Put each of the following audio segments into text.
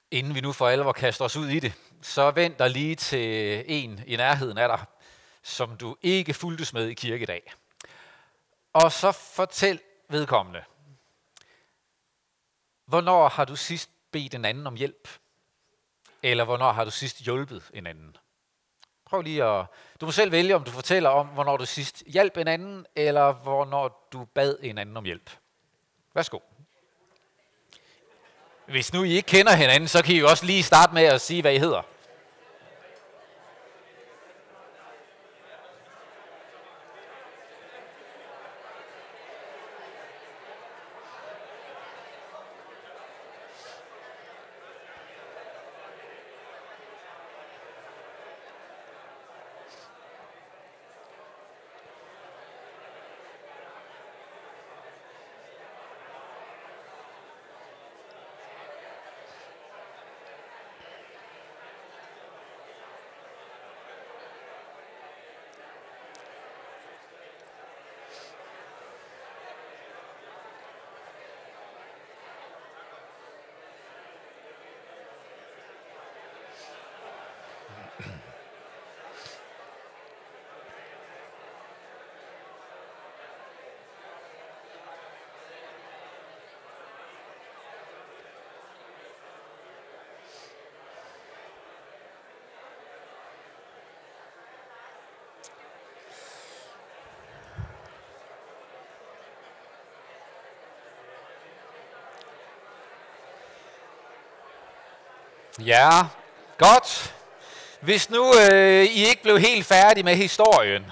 Inden vi nu for alvor kaster os ud i det, så vent dig lige til en i nærheden af dig, som du ikke fulgtes med i kirkedag. Og så fortæl vedkommende, hvornår har du sidst bedt en anden om hjælp? Eller hvornår har du sidst hjulpet en anden? Prøv lige at... Du må selv vælge, om du fortæller om, hvornår du sidst hjalp en anden, eller hvornår du bad en anden om hjælp. Værsgo. Hvis nu I ikke kender hinanden, så kan I jo også lige starte med at sige, hvad I hedder. Ja, godt. Hvis nu I ikke blev helt færdige med historien,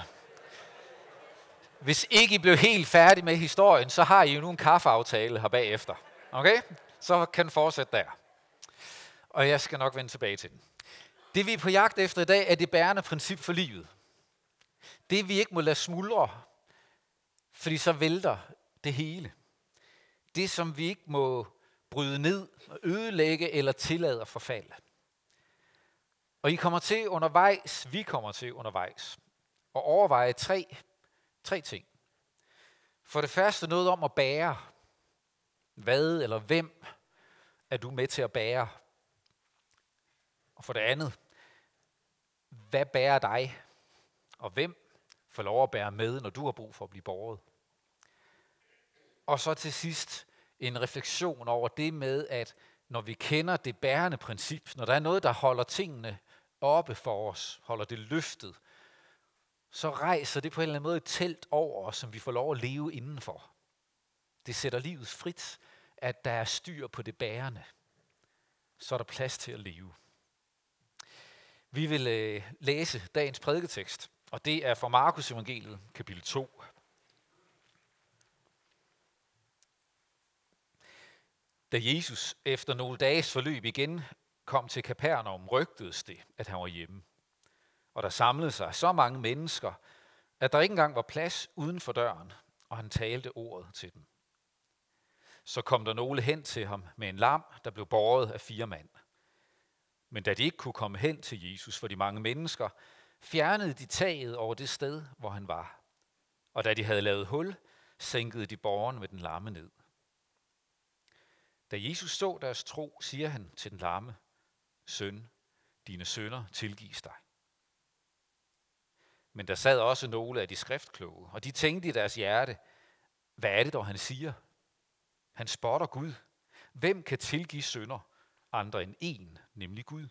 så har I jo nu en kaffeaftale her bagefter. Okay? Så kan den fortsætte der. Og jeg skal nok vende tilbage til den. Det vi er på jagt efter i dag, er det bærende princip for livet. Det vi ikke må lade smuldre, fordi så vælter det hele. Det som vi ikke må bryde ned, ødelægge eller tillade at forfalde. Og vi kommer til undervejs at overveje tre ting. For det første noget om at bære. Hvad eller hvem er du med til at bære? Og for det andet, hvad bærer dig? Og hvem får lov at bære med, når du har brug for at blive båret? Og så til sidst en refleksion over det med, at når vi kender det bærende princip, når der er noget, der holder tingene oppe for os, holder det løftet, så rejser det på en eller anden måde et telt over os, som vi får lov at leve indenfor. Det sætter livet frit, at der er styr på det bærende. Så er der plads til at leve. Vi vil læse dagens prædiketekst, og det er fra Markus evangeliet, kapitel 2. Da Jesus efter nogle dages forløb igen kom til Kapernaum, rygtedes det, at han var hjemme. Og der samlede sig så mange mennesker, at der ikke engang var plads uden for døren, og han talte ordet til dem. Så kom der nogle hen til ham med en lam, der blev båret af 4 mand. Men da de ikke kunne komme hen til Jesus for de mange mennesker, fjernede de taget over det sted, hvor han var. Og da de havde lavet hul, sænkede de båren med den lamme ned. Da Jesus så deres tro, siger han til den lamme: Søn, dine synder tilgives dig. Men der sad også nogle af de skriftkloge, og de tænkte i deres hjerte: Hvad er det dog, han siger? Han spotter Gud. Hvem kan tilgive synder andre end én, nemlig Gud?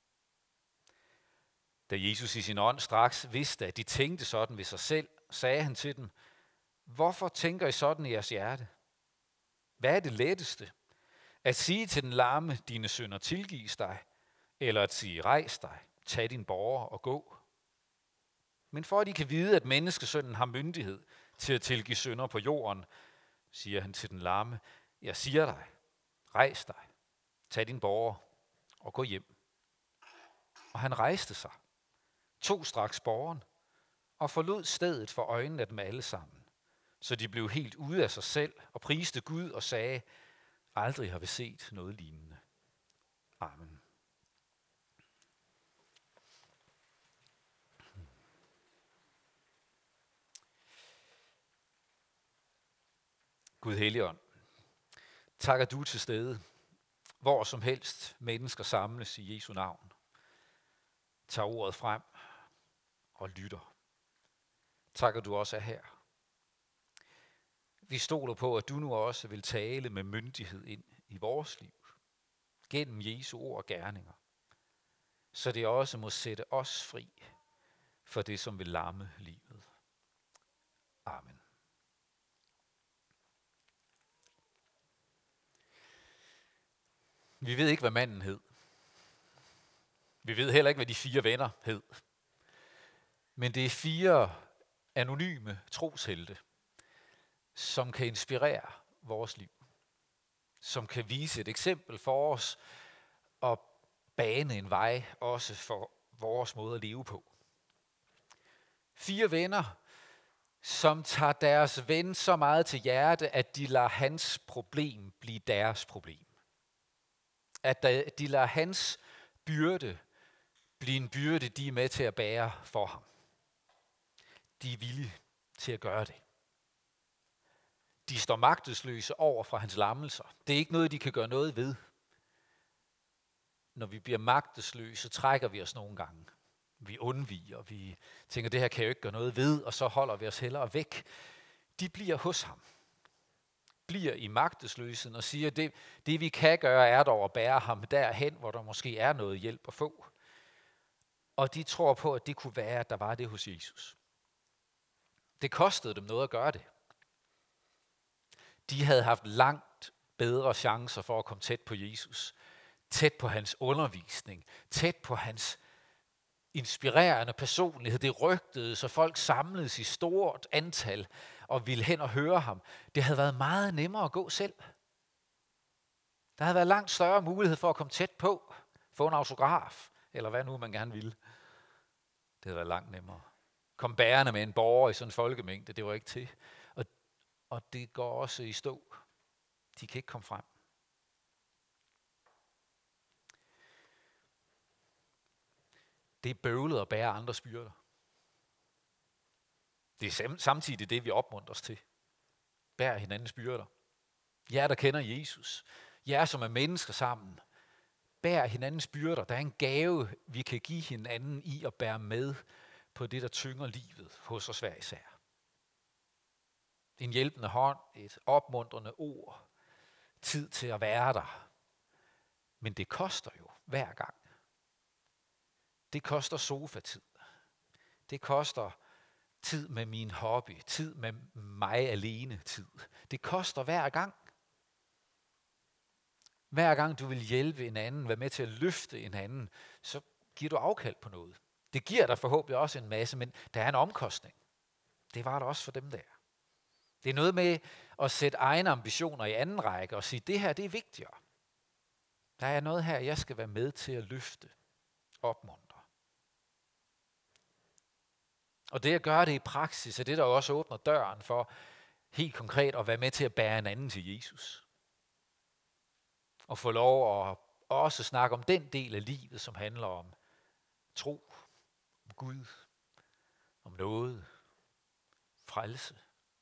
Da Jesus i sin ånd straks vidste, at de tænkte sådan ved sig selv, sagde han til dem: Hvorfor tænker I sådan i jeres hjerte? Hvad er det letteste? At sige til den lamme: Dine synder tilgives dig, eller at sige: Rejs dig, tag din båre og gå? Men for at I kan vide, at menneskesønnen har myndighed til at tilgive synder på jorden, siger han til den lamme: Jeg siger dig, rejs dig, tag din båre og gå hjem. Og han rejste sig, tog straks båren og forlod stedet for øjnene af dem alle sammen. Så de blev helt ude af sig selv og priste Gud og sagde: Aldrig har vi set noget lignende. Amen. Gud Helligånd, tak at du er til stede, hvor som helst mennesker samles i Jesu navn, tager ordet frem og lytter. Tak, at du også er her. Vi stoler på, at du nu også vil tale med myndighed ind i vores liv, gennem Jesu ord og gerninger, så det også må sætte os fri for det, som vil lamme livet. Amen. Vi ved ikke, hvad manden hed. Vi ved heller ikke, hvad de 4 venner hed. Men det er 4 anonyme troshelte, som kan inspirere vores liv. Som kan vise et eksempel for os og bane en vej også for vores måde at leve på. 4 venner, som tager deres ven så meget til hjerte, at de lader hans problem blive deres problem. At de lader hans byrde blive en byrde, de er med til at bære for ham. De er villige til at gøre det. De står magtesløse over for hans lammelser. Det er ikke noget, de kan gøre noget ved. Når vi bliver magtesløse, trækker vi os nogle gange. Vi undviger, vi tænker, det her kan jeg jo ikke gøre noget ved, og så holder vi os hellere væk. De bliver hos ham. Bliver i magtesløsheden og siger, det vi kan gøre, er dog at bære ham derhen, hvor der måske er noget hjælp at få. Og de tror på, at det kunne være, at der var det hos Jesus. Det kostede dem noget at gøre det. De havde haft langt bedre chancer for at komme tæt på Jesus. Tæt på hans undervisning. Tæt på hans inspirerende personlighed. Det rygtede, så folk samledes i stort antal og ville hen og høre ham. Det havde været meget nemmere at gå selv. Der havde været langt større mulighed for at komme tæt på, få en autograf, eller hvad nu man gerne ville. Det havde været langt nemmere. Kom bærende med en borger i sådan en folkemængde, det var ikke til. Og det går også i stå. De kan ikke komme frem. Det er bøvlet at bære andres byrder. Det er samtidig det, vi opmuntrer os til. Bær hinandens byrder. Jer, der kender Jesus. Jer, som er mennesker sammen. Bær hinandens byrder. Der er en gave, vi kan give hinanden i at bære med på det, der tynger livet hos os hver især. En hjælpende hånd, et opmuntrende ord, tid til at være der. Men det koster jo hver gang. Det koster sofatid. Det koster tid med min hobby, tid med mig alene tid. Det koster hver gang. Hver gang du vil hjælpe en anden, være med til at løfte en anden, så giver du afkald på noget. Det giver dig forhåbentlig også en masse, men der er en omkostning. Det var der også for dem der. Det er noget med at sætte egne ambitioner i anden række og sige, det her det er vigtigere. Der er noget her, jeg skal være med til at løfte, opmuntre. Og det at gøre det i praksis, er det, der også åbner døren for helt konkret at være med til at bære en anden til Jesus. Og få lov at også snakke om den del af livet, som handler om tro, om Gud, om noget, frelse.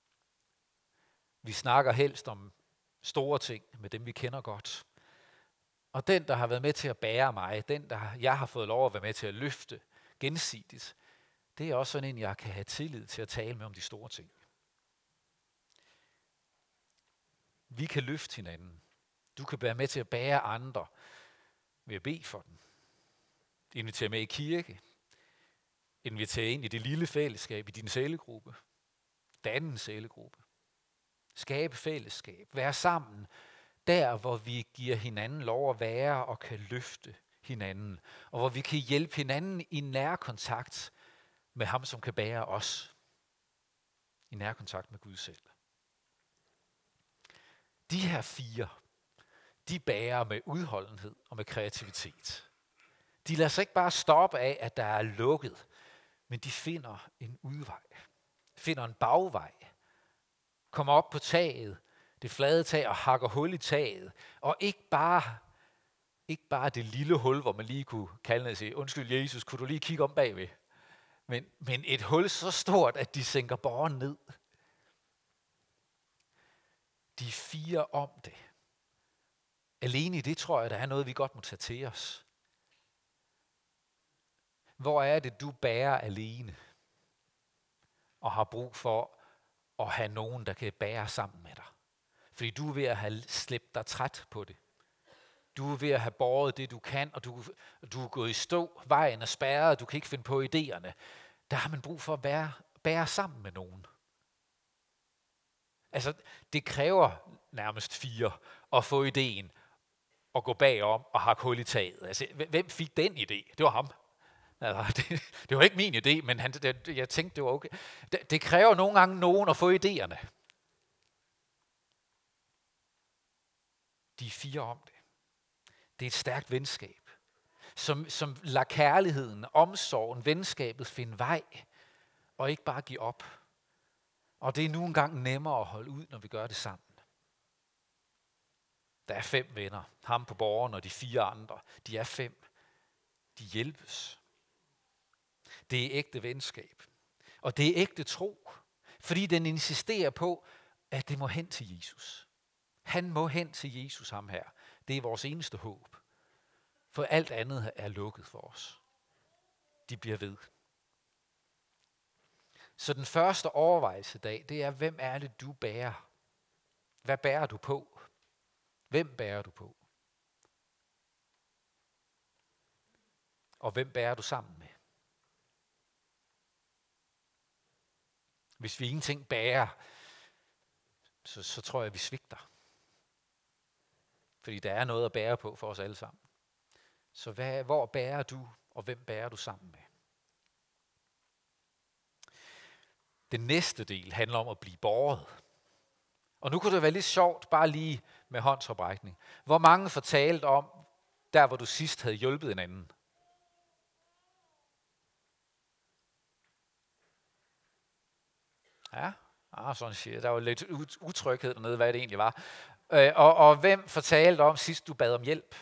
Vi snakker helst om store ting med dem, vi kender godt. Og den, der har været med til at bære mig, den, der jeg har fået lov at være med til at løfte gensidigt, det er også sådan en, jeg kan have tillid til at tale med om de store ting. Vi kan løfte hinanden. Du kan være med til at bære andre ved at bede for dem. Invitere med i kirke. Invitere ind i det lille fællesskab i din cellegruppe. Danne en cellegruppe. Skabe fællesskab. Være sammen. Der, hvor vi giver hinanden lov at være og kan løfte hinanden. Og hvor vi kan hjælpe hinanden i nærkontakt med ham, som kan bære os. I nærkontakt med Gud selv. De her 4, de bærer med udholdenhed og med kreativitet. De lader sig ikke bare stoppe af, at der er lukket, men de finder en udvej. Finder en bagvej. Kommer op på taget, det flade tag, og hakker hul i taget. Og ikke bare det lille hul, hvor man lige kunne kalde og sige, undskyld Jesus, kunne du lige kigge om bagved? Men et hul så stort, at de sænker borgeren ned. De 4 om det. alene i det tror jeg, der er noget, vi godt må tage til os. Hvor er det, du bærer alene, og har brug for at have nogen, der kan bære sammen med dig? Fordi du er ved at have slæbt dig træt på det. Du er ved at have båret det, du kan, og du er gået i stå. Vejen er spærret, du kan ikke finde på idéerne. Der har man brug for at bære sammen med nogen. Altså, det kræver nærmest 4 at få ideen og gå bagom og hakke hul i taget. Altså, hvem fik den idé? Det var ham. Altså, det var ikke min idé, men jeg tænkte, det var okay. Det kræver nogle gange nogen at få idéerne. De er 4 om det. Det er et stærkt venskab, som lader kærligheden, omsorgen, venskabet finde vej, og ikke bare give op. Og det er nu engang nemmere at holde ud, når vi gør det sammen. Der er 5 venner. Ham på borgeren og de 4 andre. De er 5. De hjælpes. Det er ægte venskab. Og det er ægte tro. Fordi den insisterer på, at det må hen til Jesus. Han må hen til Jesus, ham her. Det er vores eneste håb. For alt andet er lukket for os. De bliver ved. Så den første overvejelse i dag, det er, hvem er det, du bærer? Hvad bærer du på? Hvem bærer du på? Og hvem bærer du sammen med? Hvis vi ingenting bærer, så tror jeg, vi svigter. Fordi der er noget at bære på for os alle sammen. Så hvor bærer du, og hvem bærer du sammen med? Den næste del handler om at blive båret. Og nu kunne det være lidt sjovt, bare lige med håndsoprækning. Hvor mange fortalte om, der hvor du sidst havde hjulpet en anden? Ja, sådan siger jeg. Der var lidt utryghed dernede, hvad det egentlig var. Og hvem fortalte om sidst, du bad om hjælp?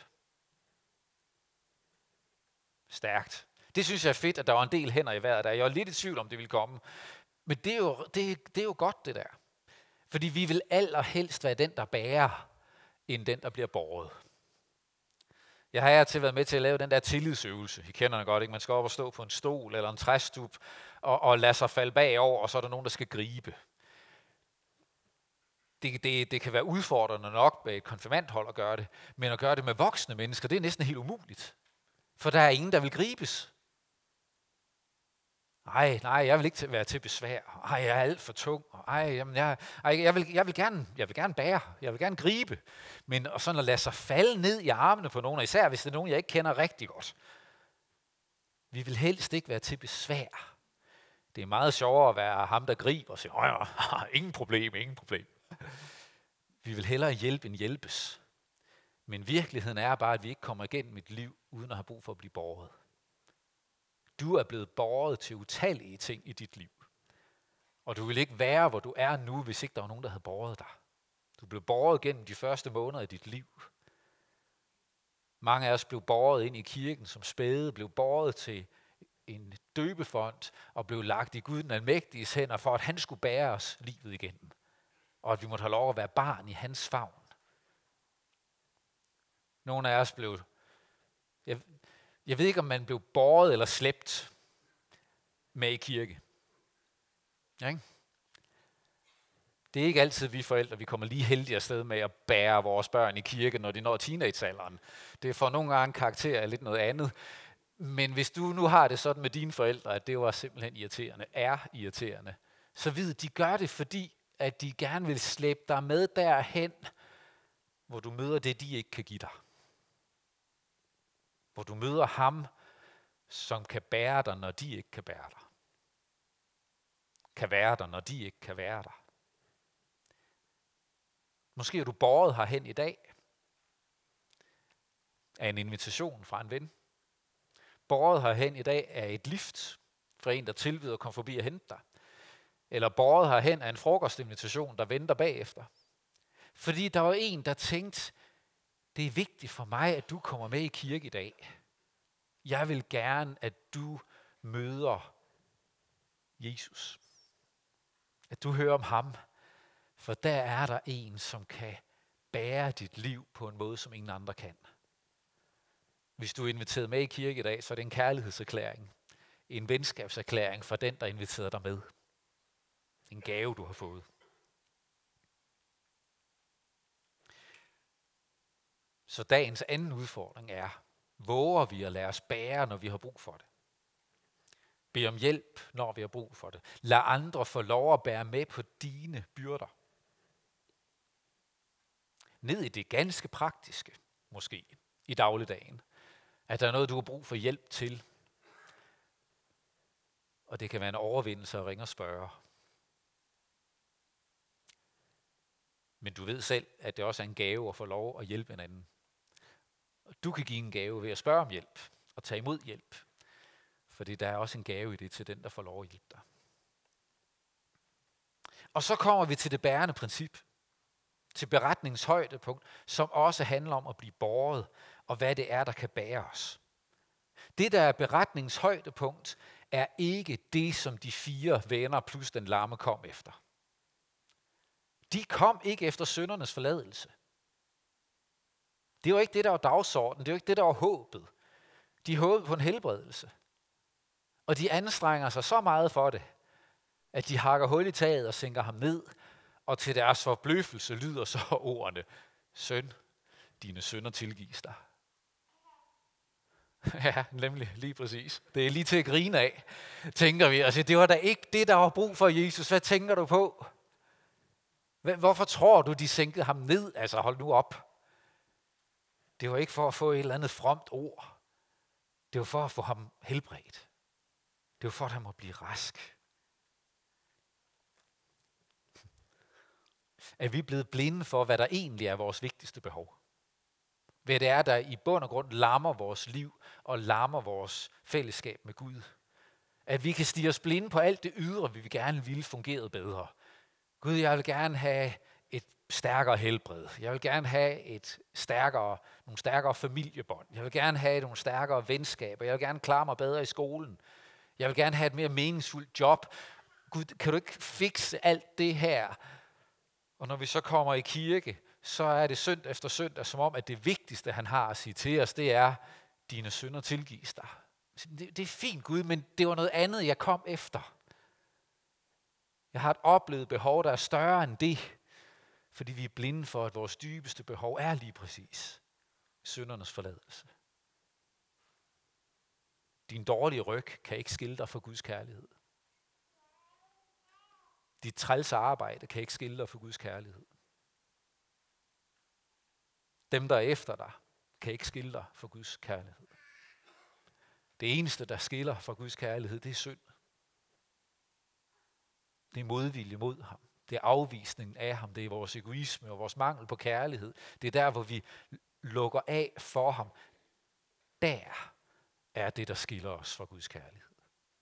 Stærkt. Det synes jeg er fedt, at der var en del hænder i vejret der. Jeg var lidt i tvivl om, det ville komme. Men det er jo godt, det der. Fordi vi vil allerhelst være den, der bærer, end den, der bliver båret. Jeg har til været med til at lave den der tillidsøvelse. I kender den godt, ikke? Man skal op og stå på en stol eller en træstup og lade sig falde bagover, og så er der nogen, der skal gribe. Det kan være udfordrende nok med et konfirmandhold at gøre det, men at gøre det med voksne mennesker, det er næsten helt umuligt. For der er ingen, der vil gribes. Nej, jeg vil ikke være til besvær. Jeg er alt for tung. Jeg vil gerne bære. Jeg vil gerne gribe. Men sådan at lade sig falde ned i armene på nogen, og især hvis det er nogen, jeg ikke kender rigtig godt. Vi vil helst ikke være til besvær. Det er meget sjovere at være ham, der griber og siger, ingen problem. Vi vil hellere hjælpe end hjælpes. Men virkeligheden er bare, at vi ikke kommer igennem et liv, uden at have brug for at blive båret. Du er blevet båret til utallige ting i dit liv. Og du vil ikke være, hvor du er nu, hvis ikke der var nogen, der havde båret dig. Du blev båret gennem de første måneder af dit liv. Mange af os blev båret ind i kirken som spæde, blev båret til en døbefond og blev lagt i Gud den almægtiges hænder, for at han skulle bære os livet igennem. Og at vi måtte have lov at være barn i hans favn. Nogle af os blev... Jeg ved ikke, om man blev båret eller slæbt med i kirke. Ja, ikke? Det er ikke altid vi forældre, vi kommer lige heldige afsted med at bære vores børn i kirke, når de når teenagealderen. Det får nogle gange karakter af lidt noget andet. Men hvis du nu har det sådan med dine forældre, at det var simpelthen irriterende, så vid, de gør det, fordi at de gerne vil slæbe dig med derhen, hvor du møder det, de ikke kan give dig. Hvor du møder ham, som kan bære dig, når de ikke kan bære dig. Kan være der, når de ikke kan være der. Måske er du båret herhen i dag af en invitation fra en ven. Båret herhen i dag af et lift fra en, der tilbyder at komme forbi og hente dig. Eller båret herhen af en frokostinvitation, der venter bagefter. Fordi der var en, der tænkte, det er vigtigt for mig, at du kommer med i kirke i dag. Jeg vil gerne, at du møder Jesus. At du hører om ham. For der er der en, som kan bære dit liv på en måde, som ingen andre kan. Hvis du er inviteret med i kirke i dag, så er det en kærlighedserklæring. En venskabserklæring fra den, der inviterede dig med. En gave, du har fået. Så dagens anden udfordring er, våger vi at lade os bære, når vi har brug for det? Bed om hjælp, når vi har brug for det. Lad andre få lov at bære med på dine byrder. Ned i det ganske praktiske, måske, i dagligdagen. At der er noget, du har brug for hjælp til. Og det kan være en overvindelse at ringe og spørge. Men du ved selv, at det også er en gave at få lov at hjælpe en anden. Du kan give en gave ved at spørge om hjælp og tage imod hjælp. Fordi der er også en gave i det til den, der får lov at hjælpe dig. Og så kommer vi til det bærende princip. Til beretningens højdepunkt, som også handler om at blive båret, og hvad det er, der kan bære os. Det, der er beretningens højdepunkt, er ikke det, som de 4 venner plus den lamme kom efter. De kom ikke efter syndernes forladelse. Det var ikke det, der var dagsordenen. Det var ikke det, der var håbet. De håbede på en helbredelse. Og de anstrenger sig så meget for det, at de hakker hul i taget og sænker ham ned, og til deres forbløffelse lyder så ordene: Søn, dine synder tilgives dig. Ja, nemlig, lige præcis. Det er lige til at grine af, tænker vi. Altså, det var da ikke det, der var brug for, Jesus. Hvad tænker du på? Hvorfor tror du, de sænkede ham ned? Altså, hold nu op. Det var ikke for at få et eller andet fromt ord. Det var for at få ham helbredt. Det var for, at han må blive rask. Er vi blevet blinde for, hvad der egentlig er vores vigtigste behov? Hvad det er, der i bund og grund lammer vores liv og lammer vores fællesskab med Gud. At vi kan stirre os blinde på alt det ydre, vi gerne ville fungere bedre. Gud, jeg vil gerne have et stærkere helbred. Jeg vil gerne have nogle stærkere familiebånd. Jeg vil gerne have nogle stærkere venskaber. Jeg vil gerne klare mig bedre i skolen. Jeg vil gerne have et mere meningsfuldt job. Gud, kan du ikke fikse alt det her? Og når vi så kommer i kirke, så er det søndag efter søndag, som om, at det vigtigste, han har at sige til os, det er, dine synder tilgives dig. Det er fint, Gud, men det var noget andet, jeg kom efter. Jeg har et oplevet behov, der er større end det, fordi vi er blinde for, at vores dybeste behov er lige præcis syndernes forladelse. Din dårlige ryg kan ikke skille dig fra Guds kærlighed. Dit trælse arbejde kan ikke skille dig fra Guds kærlighed. Dem, der er efter dig, kan ikke skille dig fra Guds kærlighed. Det eneste, der skiller fra Guds kærlighed, det er synd. Det er modvilje mod ham. Det er afvisningen af ham. Det er vores egoisme og vores mangel på kærlighed. Det er der, hvor vi lukker af for ham. Der er det, der skiller os fra Guds kærlighed.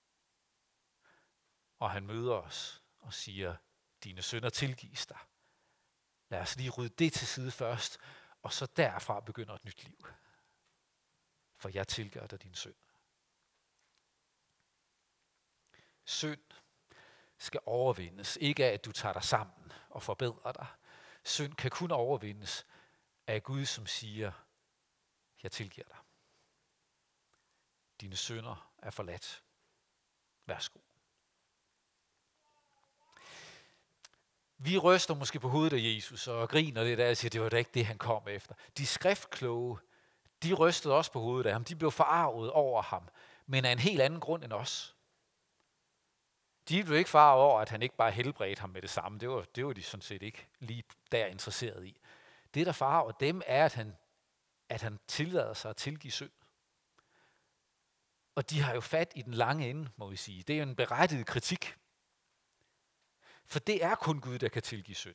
Og han møder os og siger, dine synder tilgives dig. Lad os lige rydde det til side først, og så derfra begynder et nyt liv. For jeg tilgiver dig din synd. Synd skal overvindes. Ikke af, at du tager dig sammen og forbedrer dig. Synd kan kun overvindes af Gud, som siger, jeg tilgiver dig. Dine synder er forladt. Værsgo. Vi ryster måske på hovedet af Jesus og griner lidt af og siger, det var da ikke det, han kom efter. De skriftkloge, de rystede også på hovedet af ham. De blev forarvet over ham, men af en helt anden grund end os. De blev ikke forarvet over, at han ikke bare helbredte ham med det samme. Det var de sådan set ikke lige der interesseret i. Det, der forarver dem, er, at han tillader sig at tilgive synd. Og de har jo fat i den lange ende, må vi sige. Det er jo en berettiget kritik. For det er kun Gud, der kan tilgive synd.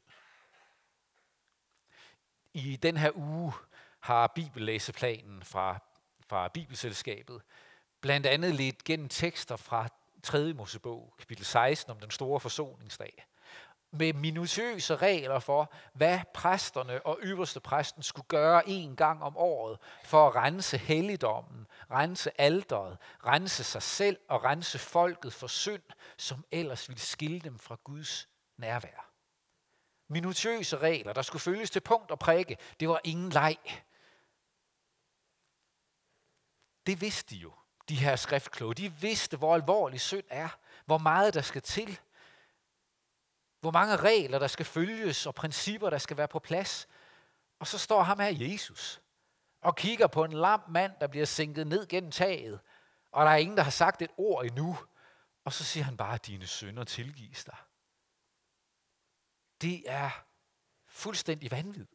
I den her uge har bibellæseplanen fra Bibelselskabet blandt andet ledt gennem tekster fra 3. Mosebog, kapitel 16 om den store forsoningsdag, med minutiøse regler for, hvad præsterne og øverste præsten skulle gøre en gang om året for at rense helligdommen, rense alteret, rense sig selv og rense folket for synd, som ellers ville skille dem fra Guds nærvær. minutiøse regler, der skulle følges til punkt og prikke. Det var ingen leg. Det vidste de jo, de her skriftkloge. De vidste, hvor alvorlig synd er, hvor meget der skal til, hvor mange regler, der skal følges, og principper, der skal være på plads. Og så står ham her Jesus og kigger på en lam mand, der bliver sænket ned gennem taget, og der er ingen, der har sagt et ord endnu. Og så siger han bare, at dine synder tilgives dig. Det er fuldstændig vanvid.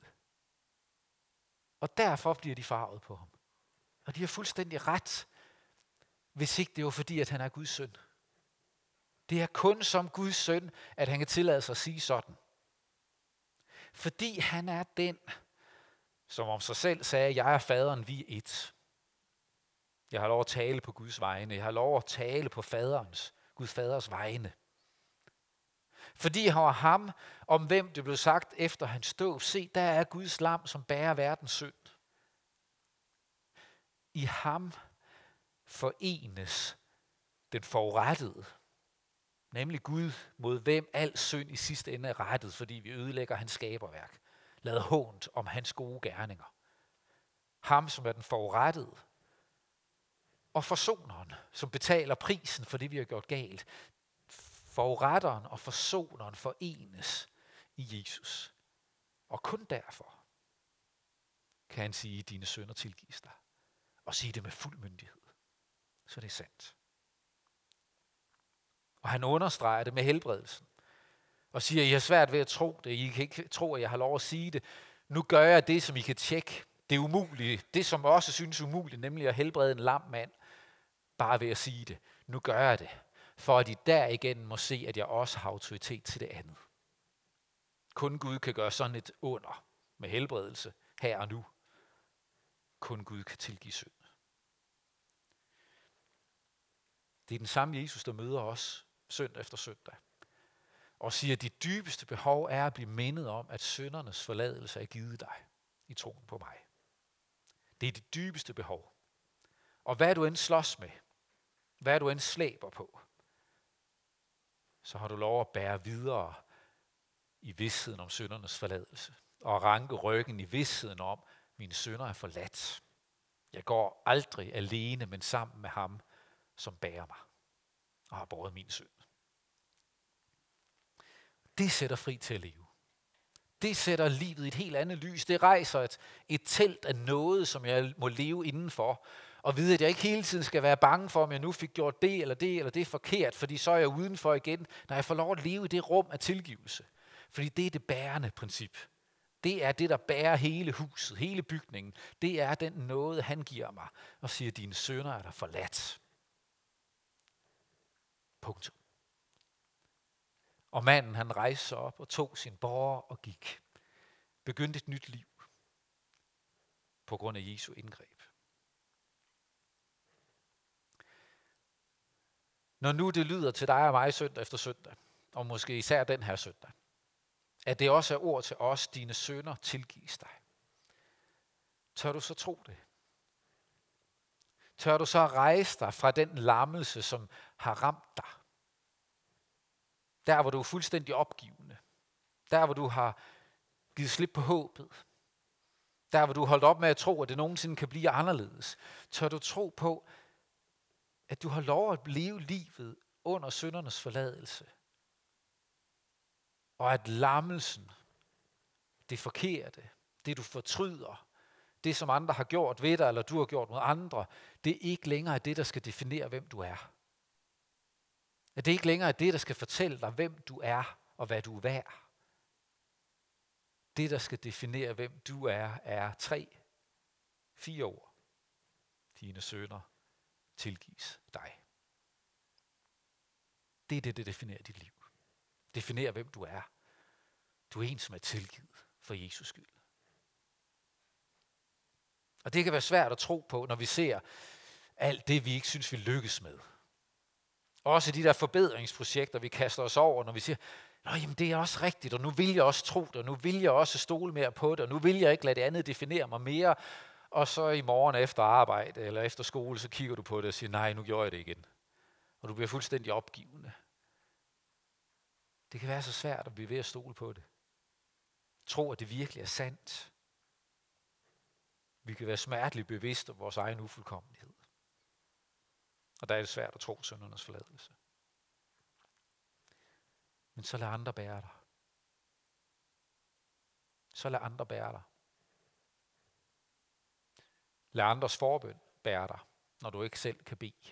Og derfor bliver de farvet på ham. Og de har fuldstændig ret, hvis ikke det var fordi, at han er Guds søn. Det er kun som Guds søn, at han kan tillade sig at sige sådan. Fordi han er den, som om sig selv sagde, jeg er faderen, vi er et. Jeg har lov at tale på Guds vegne. Jeg har lov at tale på Gud faders vegne. Fordi han var ham, om hvem det blev sagt efter hans dåb. Se, der er Guds lam, som bærer verdens synd. I ham forenes den forurettede, nemlig Gud, mod hvem al synd i sidste ende er rettet, fordi vi ødelægger hans skaberværk. Lad hånt om hans gode gerninger. Ham, som er den forurettede, og forsoneren, som betaler prisen for det, vi har gjort galt. Foruretteren og forsoneren forenes i Jesus. Og kun derfor kan han sige, at dine synder tilgives dig. Og sige det med fuld myndighed. Så det er sandt. Og han understreger det med helbredelsen. Og siger, at I har svært ved at tro det. I kan ikke tro, at jeg har lov at sige det. Nu gør jeg det, som I kan tjekke. Det er umuligt. Det, som også synes umuligt, nemlig at helbrede en lam mand. Bare ved at sige det. Nu gør jeg det. For at I derigennem må se, at jeg også har autoritet til det andet. Kun Gud kan gøre sådan et under med helbredelse her og nu. Kun Gud kan tilgive synd. Det er den samme Jesus, der møder os søndag efter søndag. Og siger, at dit dybeste behov er at blive mindet om, at syndernes forladelse er givet dig i troen på mig. Det er dit dybeste behov. Og hvad du end slås med, hvad du end slæber på, så har du lov at bære videre i vidstheden om syndernes forladelse. Og ranke ryggen i vidstheden om, mine synder er forladt. Jeg går aldrig alene, men sammen med ham, som bærer mig og har båret min synd. Det sætter fri til at leve. Det sætter livet i et helt andet lys. Det rejser et telt af noget, som jeg må leve indenfor. Og vide, at jeg ikke hele tiden skal være bange for, om jeg nu fik gjort det eller det forkert, fordi så er jeg udenfor igen, når jeg får lov at leve i det rum af tilgivelse. Fordi det er det bærende princip. Det er det, der bærer hele huset, hele bygningen. Det er den nåde, han giver mig og siger, dine synder er der forladt. Punktum. Og manden, han rejste sig op og tog sin båre og gik. Begyndte et nyt liv på grund af Jesu indgreb. Når nu det lyder til dig og mig søndag efter søndag, og måske især den her søndag, at det også er ord til os, dine synder tilgives dig. Tør du så tro det? Tør du så rejse dig fra den lammelse, som har ramt dig? Der, hvor du er fuldstændig opgivende. Der, hvor du har givet slip på håbet. Der, hvor du har holdt op med at tro, at det nogensinde kan blive anderledes. Tør du tro på, at du har lov at leve livet under syndernes forladelse? Og at lammelsen, det forkerte, det du fortryder, det som andre har gjort ved dig, eller du har gjort mod andre, det er ikke længere det, der skal definere, hvem du er. At det ikke længere er det, der skal fortælle dig, hvem du er og hvad du er værd. Det, der skal definere, hvem du er 3-4 ord. Dine synder tilgives dig. Det er det, der definerer dit liv. Definerer, hvem du er. Du er en, som er tilgivet for Jesus skyld. Og det kan være svært at tro på, når vi ser alt det, vi ikke synes, vi lykkes med. Også de der forbedringsprojekter, vi kaster os over, når vi siger, nå, jamen det er også rigtigt, og nu vil jeg også tro det, og nu vil jeg også stole mere på det, og nu vil jeg ikke lade det andet definere mig mere. Og så i morgen efter arbejde eller efter skole, så kigger du på det og siger, nej, nu gjorde jeg det igen. Og du bliver fuldstændig opgivende. Det kan være så svært at blive ved at stole på det. Tro, at det virkelig er sandt. Vi kan være smerteligt bevidste om vores egen ufuldkommenhed. Og der er det svært at tro syndernes forladelse. Men så lad andre bære dig. Så lad andre bære dig. Lad andres forbøn bære dig, når du ikke selv kan bede.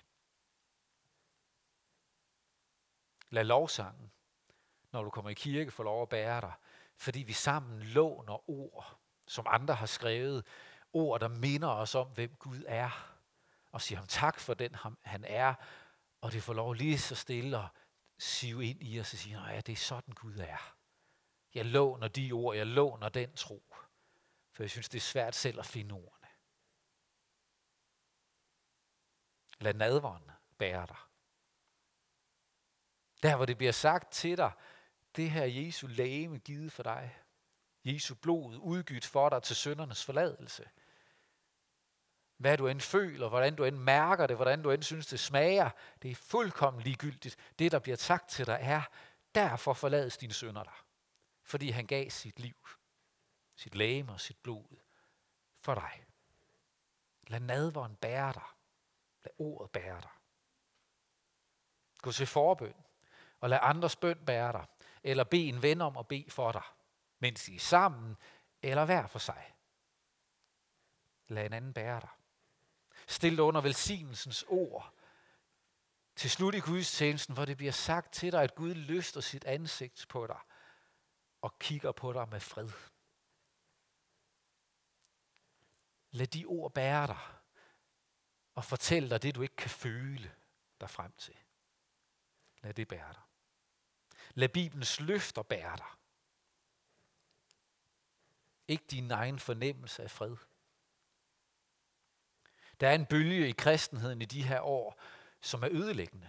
Lad lovsangen, når du kommer i kirke, få lov at bære dig, fordi vi sammen låner ord, som andre har skrevet, ord, der minder os om, hvem Gud er, og siger ham tak for den, han er, og det får lov lige så stille at sive ind i os og sige, ja, det er sådan Gud er. Jeg låner de ord, jeg låner den tro, for jeg synes, det er svært selv at finde ordene. Lad nadveren bære dig. Der, hvor det bliver sagt til dig, det her Jesu legeme givet for dig. Jesu blod udgydt for dig til syndernes forladelse. Hvad du end føler, hvordan du end mærker det, hvordan du end synes det smager, det er fuldkommen ligegyldigt. Det, der bliver sagt til dig, er, derfor forlades dine synder dig. Fordi han gav sit liv, sit legeme og sit blod for dig. Lad nadveren bære dig. Lad ordet bære dig. Gå til forbøn, og lad andres bøn bære dig. Eller bed en ven om at bede for dig, mens I er sammen, eller hver for sig. Lad en anden bære dig. Stil dig under velsignelsens ord. Til slut i gudstjenesten, hvor det bliver sagt til dig, at Gud løfter sit ansigt på dig og kigger på dig med fred. Lad de ord bære dig og fortælle dig det, du ikke kan føle dig frem til. Lad det bære dig. Lad Bibelens løfter bære dig. Ikke din egen fornemmelse af fred. Der er en bølge i kristenheden i de her år, som er ødelæggende.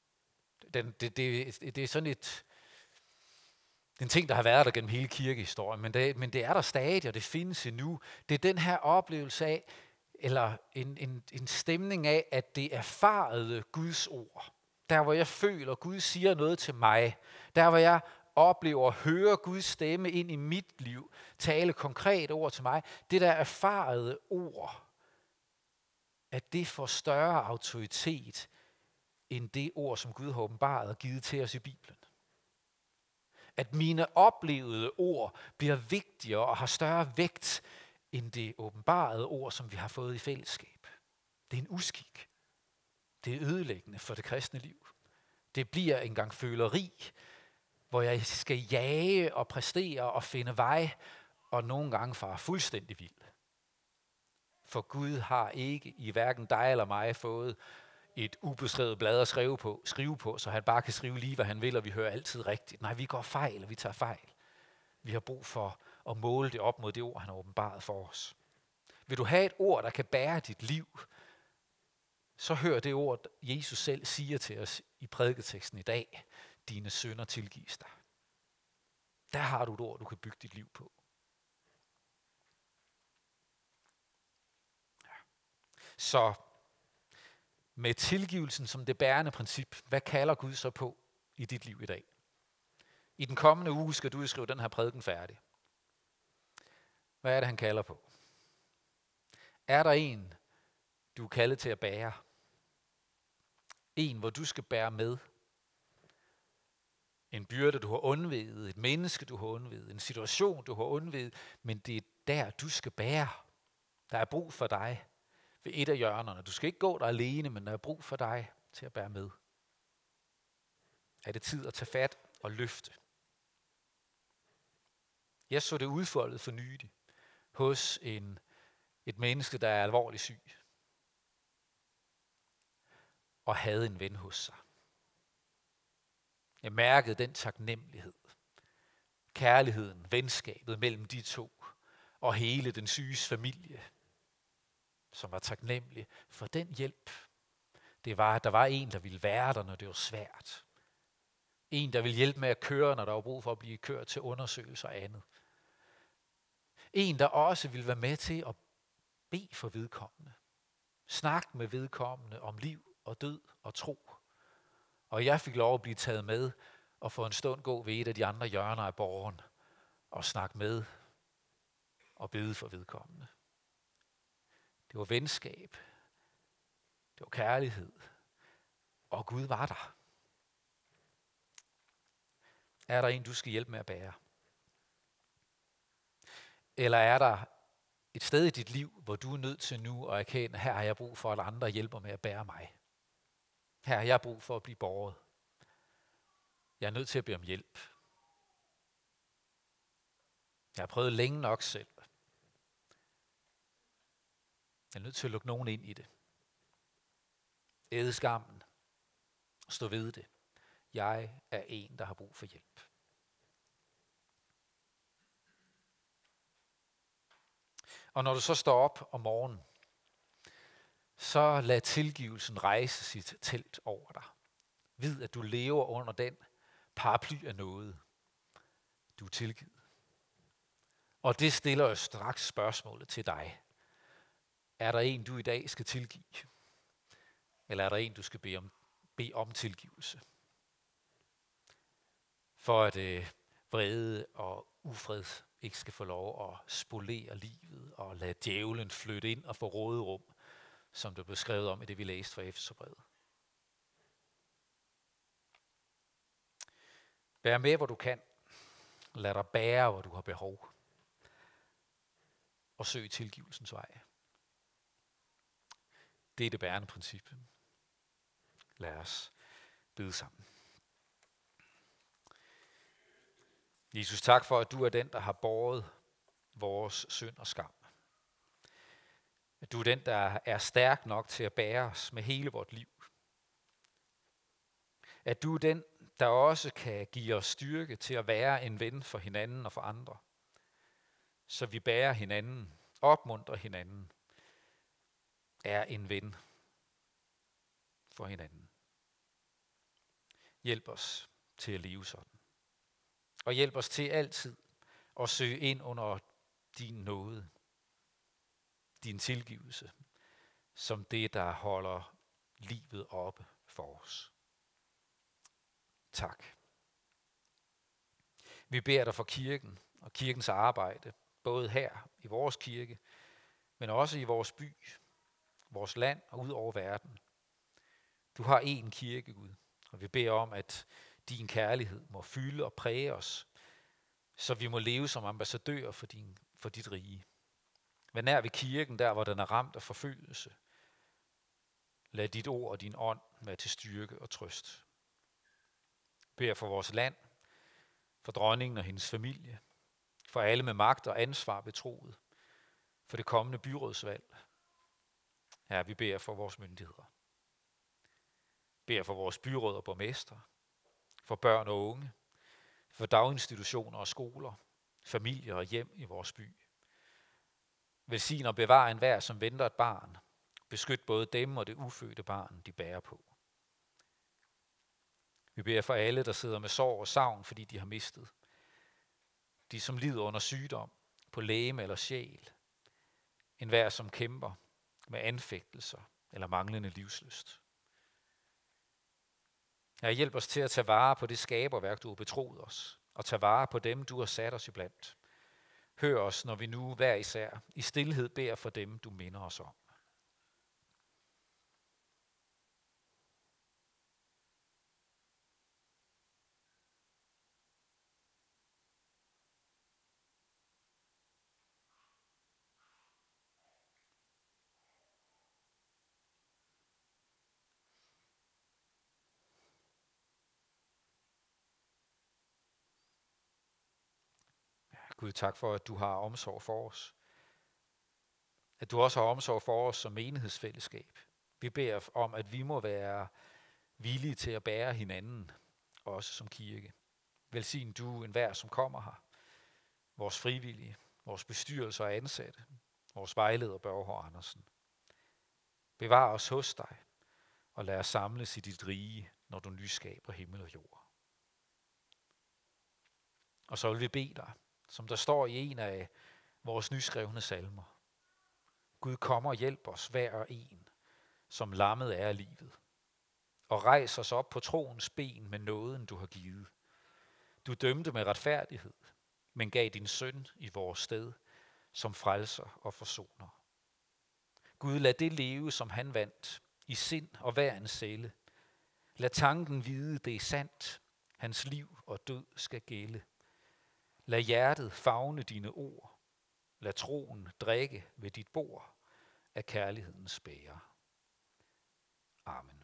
Det er sådan en ting, der har været der gennem hele kirkehistorien, men det er der stadig, og det findes endnu. Det er den her oplevelse af, eller en stemning af, at det erfarede Guds ord. Der, hvor jeg føler, at Gud siger noget til mig. Der, hvor jeg oplever at høre Guds stemme ind i mit liv. Tale konkrete ord til mig. Det der erfarede ord, at det får større autoritet end det ord, som Gud har åbenbaret og givet til os i Bibelen. At mine oplevede ord bliver vigtigere og har større vægt end det åbenbarede ord, som vi har fået i fællesskab. Det er en uskik. Det er ødelæggende for det kristne liv. Det bliver engang føleri, hvor jeg skal jage og præstere og finde vej, og nogle gange fare fuldstændig vild. For Gud har ikke i hverken dig eller mig fået et ubeskrevet blad at skrive på, så han bare kan skrive lige, hvad han vil, og vi hører altid rigtigt. Nej, vi går fejl, og vi tager fejl. Vi har brug for at måle det op mod det ord, han har åbenbaret for os. Vil du have et ord, der kan bære dit liv, så hør det ord, Jesus selv siger til os i prædiketeksten i dag. Dine synder tilgives dig. Der har du et ord, du kan bygge dit liv på. Ja. Så med tilgivelsen som det bærende princip, hvad kalder Gud så på i dit liv i dag? I den kommende uge skal du skrive den her prædiken færdig. Hvad er det, han kalder på? Er der en, du er kaldet til at bære? En, hvor du skal bære med? En byrde, du har undvedet, et menneske, du har undvedet, en situation, du har undvedet, men det er der, du skal bære. Der er brug for dig ved et af hjørnerne. Du skal ikke gå der alene, men der er brug for dig til at bære med. Er det tid at tage fat og løfte? Jeg så det udfoldet for nylig hos et menneske, der er alvorligt syg og havde en ven hos sig. Jeg mærkede den taknemmelighed, kærligheden, venskabet mellem de to og hele den syges familie, som var taknemmelig for den hjælp. Det var, at der var en, der ville være der, når det var svært. En, der ville hjælpe med at køre, når der var brug for at blive kørt til undersøgelser og andet. En, der også ville være med til at bede for vedkommende. Snak med vedkommende om liv og død og tro. Og jeg fik lov at blive taget med og få en stund gå ved et af de andre hjørner af borgen og snakke med og bede for vedkommende. Det var venskab. Det var kærlighed. Og Gud var der. Er der en, du skal hjælpe med at bære? Eller er der et sted i dit liv, hvor du er nødt til nu at erkende, her har jeg brug for, at andre hjælper med at bære mig. Her har jeg brug for at blive båret. Jeg er nødt til at bede om hjælp. Jeg har prøvet længe nok selv. Jeg er nødt til at lukke nogen ind i det. Æde skammen. Stå ved det. Jeg er en, der har brug for hjælp. Og når du så står op om morgenen, så lad tilgivelsen rejse sit telt over dig. Vid, at du lever under den paraply af noget. Du er tilgivet. Og det stiller jo straks spørgsmålet til dig. Er der en, du i dag skal tilgive? Eller er der en, du skal bede om tilgivelse? For at vrede og ufred ikke skal få lov at spolere livet og lade djævlen flytte ind og få råderum, som det blev skrevet om i det, vi læste fra Efeserbrevet. Bær med, hvor du kan. Lad dig bære, hvor du har behov. Og søg tilgivelsens vej. Det er det bærende princip. Lad os bede sammen. Jesus, tak for, at du er den, der har båret vores synd og skam. At du er den, der er stærk nok til at bære os med hele vort liv. At du er den, der også kan give os styrke til at være en ven for hinanden og for andre. Så vi bærer hinanden, opmuntrer hinanden, er en ven for hinanden. Hjælp os til at leve sådan. Og hjælp os til altid at søge ind under din nåde, din tilgivelse, som det, der holder livet oppe for os. Tak. Vi beder dig for kirken og kirkens arbejde, både her i vores kirke, men også i vores by, vores land og ud over verden. Du har én kirke, Gud, og vi beder om, at din kærlighed må fylde og præge os, så vi må leve som ambassadører for dit rige. Vær nær ved kirken, der hvor den er ramt af forfølgelse. Lad dit ord og din ånd være til styrke og trøst. Beder for vores land, for dronningen og hendes familie, for alle med magt og ansvar betroet, for det kommende byrådsvalg. Herre, vi beder for vores myndigheder. Beder for vores byråd og borgmestre, for børn og unge, for daginstitutioner og skoler, familier og hjem i vores by. Velsign og bevar enhver, som venter et barn. Beskyt både dem og det ufødte barn, de bærer på. Vi beder for alle, der sidder med sorg og savn, fordi de har mistet. De, som lider under sygdom, på legeme eller sjæl. Enhver, som kæmper med anfægtelser eller manglende livslyst. Herre, hjælp os til at tage vare på det skaberværk, du har betroet os, og tage vare på dem, du har sat os iblandt. Hør os, når vi nu hver især i stilhed beder for dem, du minder os om. Gud, tak for, at du har omsorg for os. At du også har omsorg for os som menighedsfællesskab. Vi beder om, at vi må være villige til at bære hinanden, også som kirke. Velsign du enhver, som kommer her. Vores frivillige, vores bestyrelser og ansatte, vores vejleder Børge Andersen. Bevar os hos dig, og lad os samles i dit rige, når du nyskaber himmel og jord. Og så vil vi bede dig, som der står i en af vores nyskrevne salmer. Gud, kom og hjælp os hver og en, som lammet er af livet, og rejs os op på troens ben med nåden, du har givet. Du dømte med retfærdighed, men gav din søn i vores sted, som frelser og forsoner. Gud, lad det leve, som han vandt, i sind og hver en celle. Lad tanken vide, det er sandt, hans liv og død skal gælde. Lad hjertet favne dine ord, lad troen drikke ved dit bord af kærlighedens bæger. Amen.